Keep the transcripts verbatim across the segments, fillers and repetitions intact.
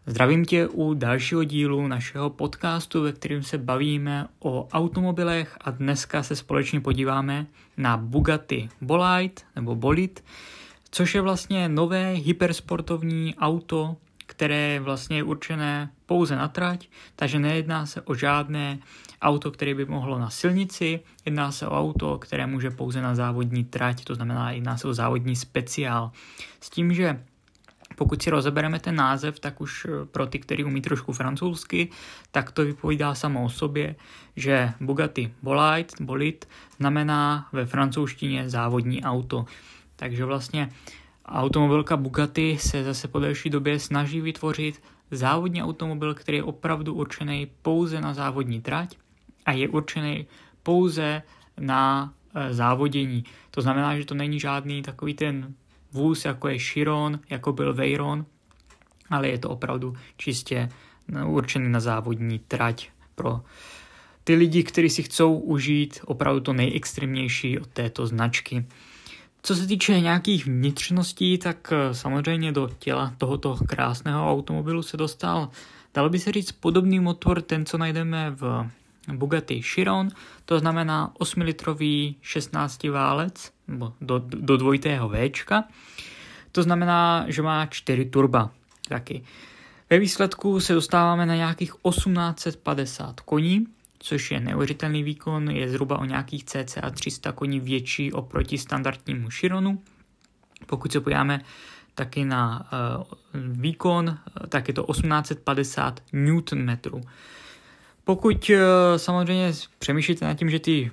Zdravím tě u dalšího dílu našeho podcastu, ve kterém se bavíme o automobilech a dneska se společně podíváme na Bugatti Bolide nebo Bolide, což je vlastně nové hypersportovní auto, které je vlastně určené pouze na trať, takže nejedná se o žádné auto, které by mohlo na silnici, jedná se o auto, které může pouze na závodní trať, to znamená jedná se o závodní speciál. S tím, že pokud si rozebereme ten název, tak už pro ty, kteří umí trošku francouzsky, tak to vypovídá samo o sobě, že Bugatti Bolide, Bolide znamená ve francouzštině závodní auto. Takže vlastně automobilka Bugatti se zase po delší době snaží vytvořit závodní automobil, který je opravdu určený pouze na závodní trať a je určený pouze na závodění. To znamená, že to není žádný takový ten vůz, jako je Chiron, jako byl Veyron, ale je to opravdu čistě určený na závodní trať pro ty lidi, kteří si chcou užít opravdu to nejextrémnější od této značky. Co se týče nějakých vnitřností, tak samozřejmě do těla tohoto krásného automobilu se dostal, dalo by se říct, podobný motor, ten, co najdeme v Bugatti Chiron, to znamená osmilitrový šestnáctiválec do, do dvojitého Včka, to znamená, že má čtyři turba taky. Ve výsledku se dostáváme na nějakých osmnáct set padesát koní, což je neuvěřitelný výkon, je zhruba o nějakých cca tři sta koní větší oproti standardnímu Chironu. Pokud se podíváme taky na uh, výkon, tak je to osmnáct set padesát newtonmetrů. Pokud uh, samozřejmě přemýšlíte nad tím, že ty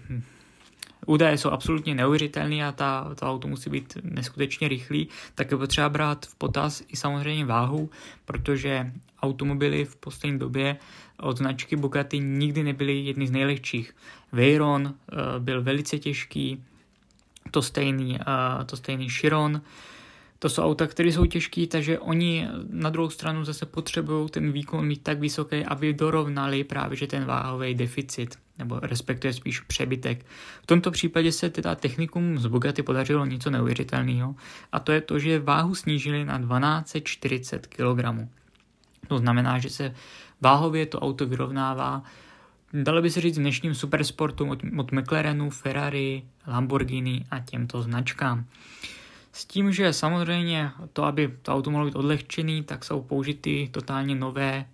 údaje jsou absolutně neuvěřitelné a ta, to auto musí být neskutečně rychlý, tak je potřeba brát v potaz i samozřejmě váhu, protože automobily v poslední době od značky Bugatti nikdy nebyly jedny z nejlehčích. Veyron uh, byl velice těžký, to stejný, uh, to stejný Chiron. To jsou auta, které jsou těžké, takže oni na druhou stranu zase potřebují ten výkon mít tak vysoký, aby dorovnali právě že ten váhový deficit, nebo respektive spíš přebytek. V tomto případě se teda technikům z Bugatti podařilo něco neuvěřitelného, a to je to, že váhu snížili na dvanáct set čtyřicet kilogramů. To znamená, že se váhově to auto vyrovnává, dalo by se říct, dnešním supersportům od, od McLarenu, Ferrari, Lamborghini a těmto značkám. S tím, že samozřejmě to, aby to auto mohlo být odlehčený, tak jsou použity totálně nové e,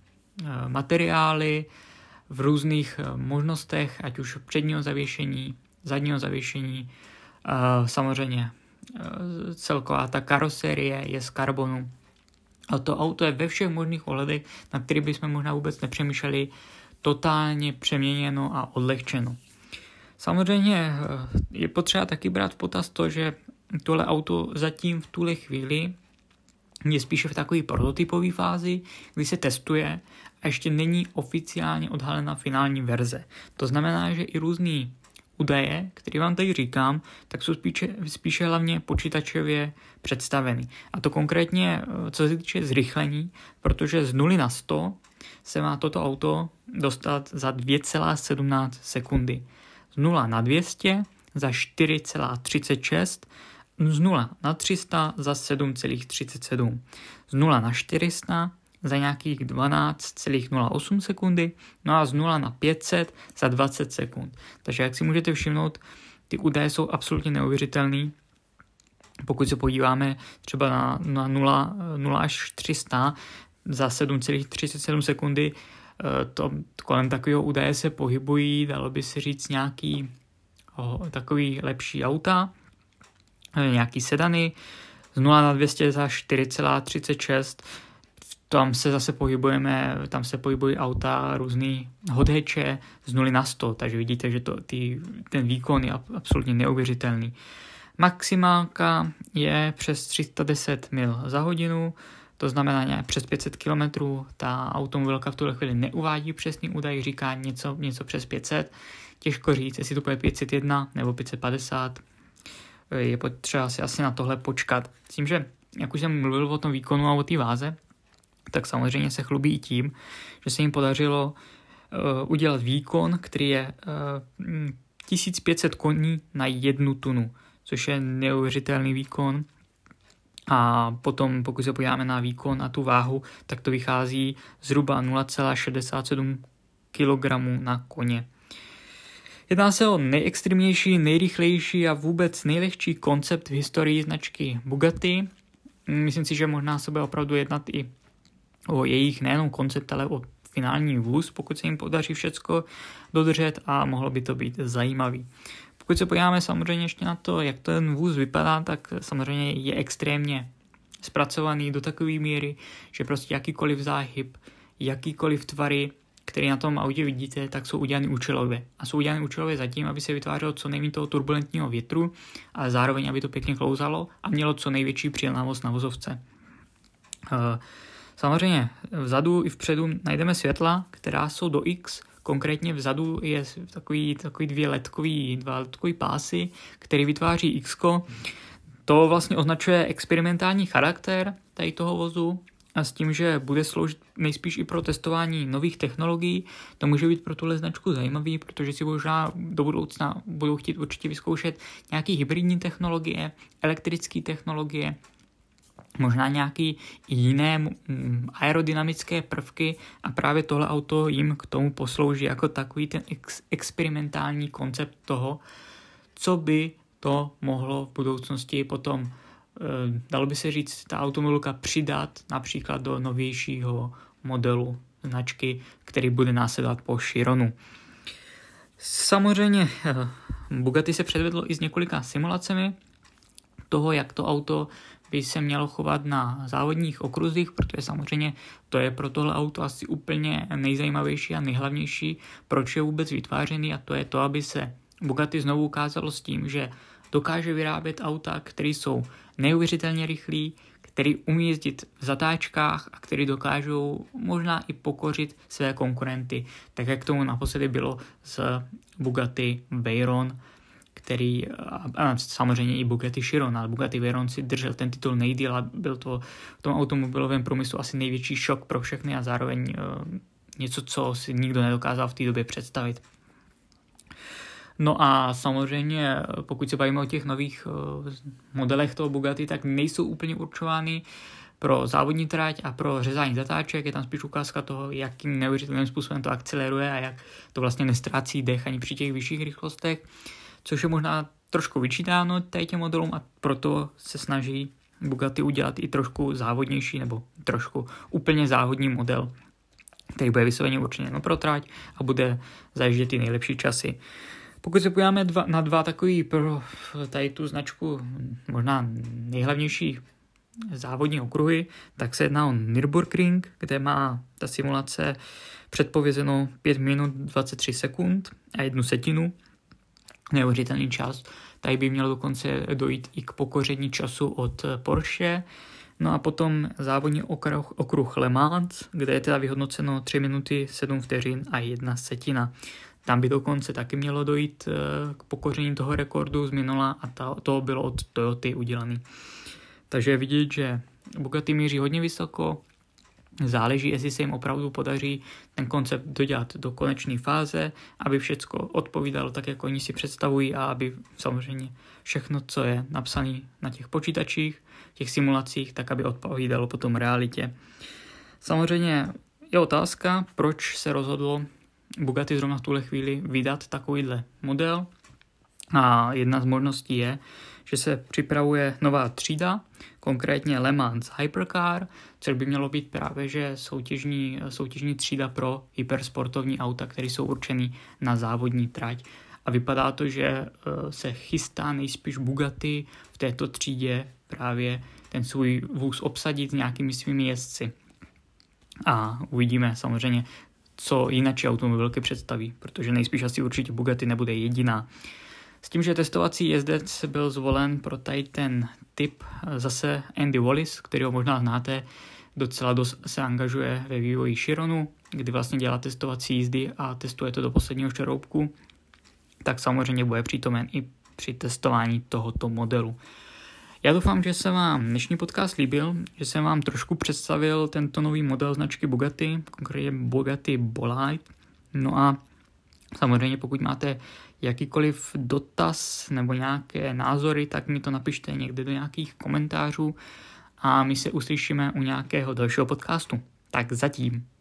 materiály v různých e, možnostech, ať už předního zavěšení, zadního zavěšení. E, samozřejmě e, celková ta karoserie je z karbonu. A to auto je ve všech možných ohledech, na který bychom možná vůbec nepřemýšleli, totálně přeměněno a odlehčeno. Samozřejmě je potřeba taky brát v potaz to, že tohle auto zatím v tuhle chvíli je spíše v takové prototypové fázi, kdy se testuje a ještě není oficiálně odhalena finální verze. To znamená, že i různý údaje, které vám tady říkám, tak jsou spíše, spíše hlavně počítačově představeny. A to konkrétně, co se týče zrychlení, protože z nuly na sto se má toto auto dostat za dvě celá sedmnáct sekundy. Z nula na dvě stě za čtyři celá třicet šest, z nula na tři sta za sedm celá třicet sedm, z nula na čtyři sta za nějakých dvanáct celá nula osm sekundy, no a z nula na pět set za dvacet sekund. Takže jak si můžete všimnout, ty údaje jsou absolutně neuvěřitelný. Pokud se podíváme třeba na, na nula, nula až tři sta za sedm celá třicet sedm sekundy, to kolem takového údaje se pohybují, dalo by se říct, nějaký o, takový lepší auta, nějaký sedany, z nula na dvě stě za čtyři celá třicet šest, tam se zase pohybujeme, tam se pohybují auta různý hot hatche z nuly na sto, takže vidíte, že to, ty, ten výkon je absolutně neuvěřitelný. Maximálka je přes tři sta deset mil za hodinu, to znamená nějak přes pět set kilometrů. Ta automobilka v tuhle chvíli neuvádí přesný údaj, říká něco, něco přes pět set. Těžko říct, jestli to bude pět set jedna nebo pět set padesát. Je potřeba si asi na tohle počkat. S tím, že jak už jsem mluvil o tom výkonu a o té váze, tak samozřejmě se chlubí i tím, že se jim podařilo uh, udělat výkon, který je uh, tisíc pět set koní na jednu tunu, což je neuvěřitelný výkon. A potom, pokud se podíváme na výkon a tu váhu, tak to vychází zhruba nula celá šedesát sedm kilogramů na koně. Jedná se o nejextrémnější, nejrychlejší a vůbec nejlehčí koncept v historii značky Bugatti. Myslím si, že možná se bude opravdu jednat i o jejich nejenom koncept, ale o finální vůz, pokud se jim podaří všecko dodržet a mohlo by to být zajímavý. Pokud se podíváme samozřejmě ještě na to, jak ten vůz vypadá, tak samozřejmě je extrémně zpracovaný do takové míry, že prostě jakýkoliv záhyb, jakýkoliv tvary, které na tom autě vidíte, tak jsou udělány účelově. A jsou udělány účelově zatím, aby se vytvářelo co nejméně toho turbulentního větru, ale zároveň, aby to pěkně klouzalo a mělo co největší přilnavost na vozovce. Samozřejmě vzadu i vpředu najdeme světla, která jsou do X. Konkrétně vzadu je takový, takový dvě ledkový, dva ledkový pásy, který vytváří X-ko. To vlastně označuje experimentální charakter tady toho vozu a s tím, že bude sloužit nejspíš i pro testování nových technologií. To může být pro tuhle značku zajímavý, protože si možná do budoucna budou chtít určitě vyzkoušet nějaké hybridní technologie, elektrické technologie, možná nějaké jiné aerodynamické prvky a právě tohle auto jim k tomu poslouží jako takový ten ex- experimentální koncept toho, co by to mohlo v budoucnosti potom, e, dalo by se říct, ta automobilka přidat například do novějšího modelu značky, který bude následovat po Chironu. Samozřejmě Bugatti se předvedlo i s několika simulacemi toho, jak to auto by se mělo chovat na závodních okruzích, protože samozřejmě to je pro tohle auto asi úplně nejzajímavější a nejhlavnější, proč je vůbec vytvářený, a to je to, aby se Bugatti znovu ukázalo s tím, že dokáže vyrábět auta, které jsou neuvěřitelně rychlí, který umí jezdit v zatáčkách a který dokážou možná i pokořit své konkurenty, tak jak tomu naposledy bylo s Bugatti Veyron, který, a samozřejmě i Bugatti Chiron, ale Bugatti Veyron si držel ten titul nejdýl a byl to v tom automobilovém průmyslu asi největší šok pro všechny a zároveň uh, něco, co si nikdo nedokázal v té době představit. No a samozřejmě, pokud se bavíme o těch nových uh, modelech toho Bugatti, tak nejsou úplně určovány pro závodní trať a pro řezání zatáček. Je tam spíš ukázka toho, jakým neuvěřitelným způsobem to akceleruje a jak to vlastně nestrácí dech ani při těch vyšších rychlostech, což je možná trošku vyčítáno těm modelům a proto se snaží Bugatti udělat i trošku závodnější nebo trošku úplně závodní model, který bude vysloveně určený no pro trať a bude zajíždět ty nejlepší časy. Pokud se podíváme dva, na dva takový pro tady tu značku možná nejhlavnější závodní okruhy, tak se jedná o Nürburgring, kde má ta simulace předpovězeno pět minut dvacet tři sekund a jednu setinu. Neuvěřitelný čas. Tady by mělo dokonce dojít i k pokoření času od Porsche. No a potom závodní okruh, okruh Le Mans, kde je teda vyhodnoceno tři minuty sedm vteřin a jedna setina. Tam by dokonce taky mělo dojít k pokoření toho rekordu z minula a ta, to bylo od Toyoty udělaný. Takže je vidět, že Bugatti míří hodně vysoko. Záleží, jestli se jim opravdu podaří ten koncept dodělat do konečné fáze, aby všecko odpovídalo tak, jak oni si představují a aby samozřejmě všechno, co je napsané na těch počítačích, těch simulacích, tak aby odpovídalo potom realitě. Samozřejmě je otázka, proč se rozhodlo Bugatti zrovna v tuhle chvíli vydat takovýhle model. A jedna z možností je, že se připravuje nová třída, konkrétně Le Mans Hypercar, což by mělo být právě že soutěžní, soutěžní třída pro hypersportovní auta, které jsou určený na závodní trať. A vypadá to, že se chystá nejspíš Bugatti v této třídě právě ten svůj vůz obsadit nějakými svými jezdci. A uvidíme samozřejmě, co jináčí automobilky představí, protože nejspíš asi určitě Bugatti nebude jediná. S tím, že testovací jezdec byl zvolen pro tady ten typ zase Andy Wallace, kterého možná znáte, docela dost se angažuje ve vývoji Chironu, kdy vlastně dělá testovací jízdy a testuje to do posledního šroubku, tak samozřejmě bude přítomen i při testování tohoto modelu. Já doufám, že se vám dnešní podcast líbil, že jsem vám trošku představil tento nový model značky Bugatti, konkrétně Bugatti Bolide. No a samozřejmě pokud máte jakýkoliv dotaz nebo nějaké názory, tak mi to napište někde do nějakých komentářů a my se uslyšíme u nějakého dalšího podcastu. Tak zatím.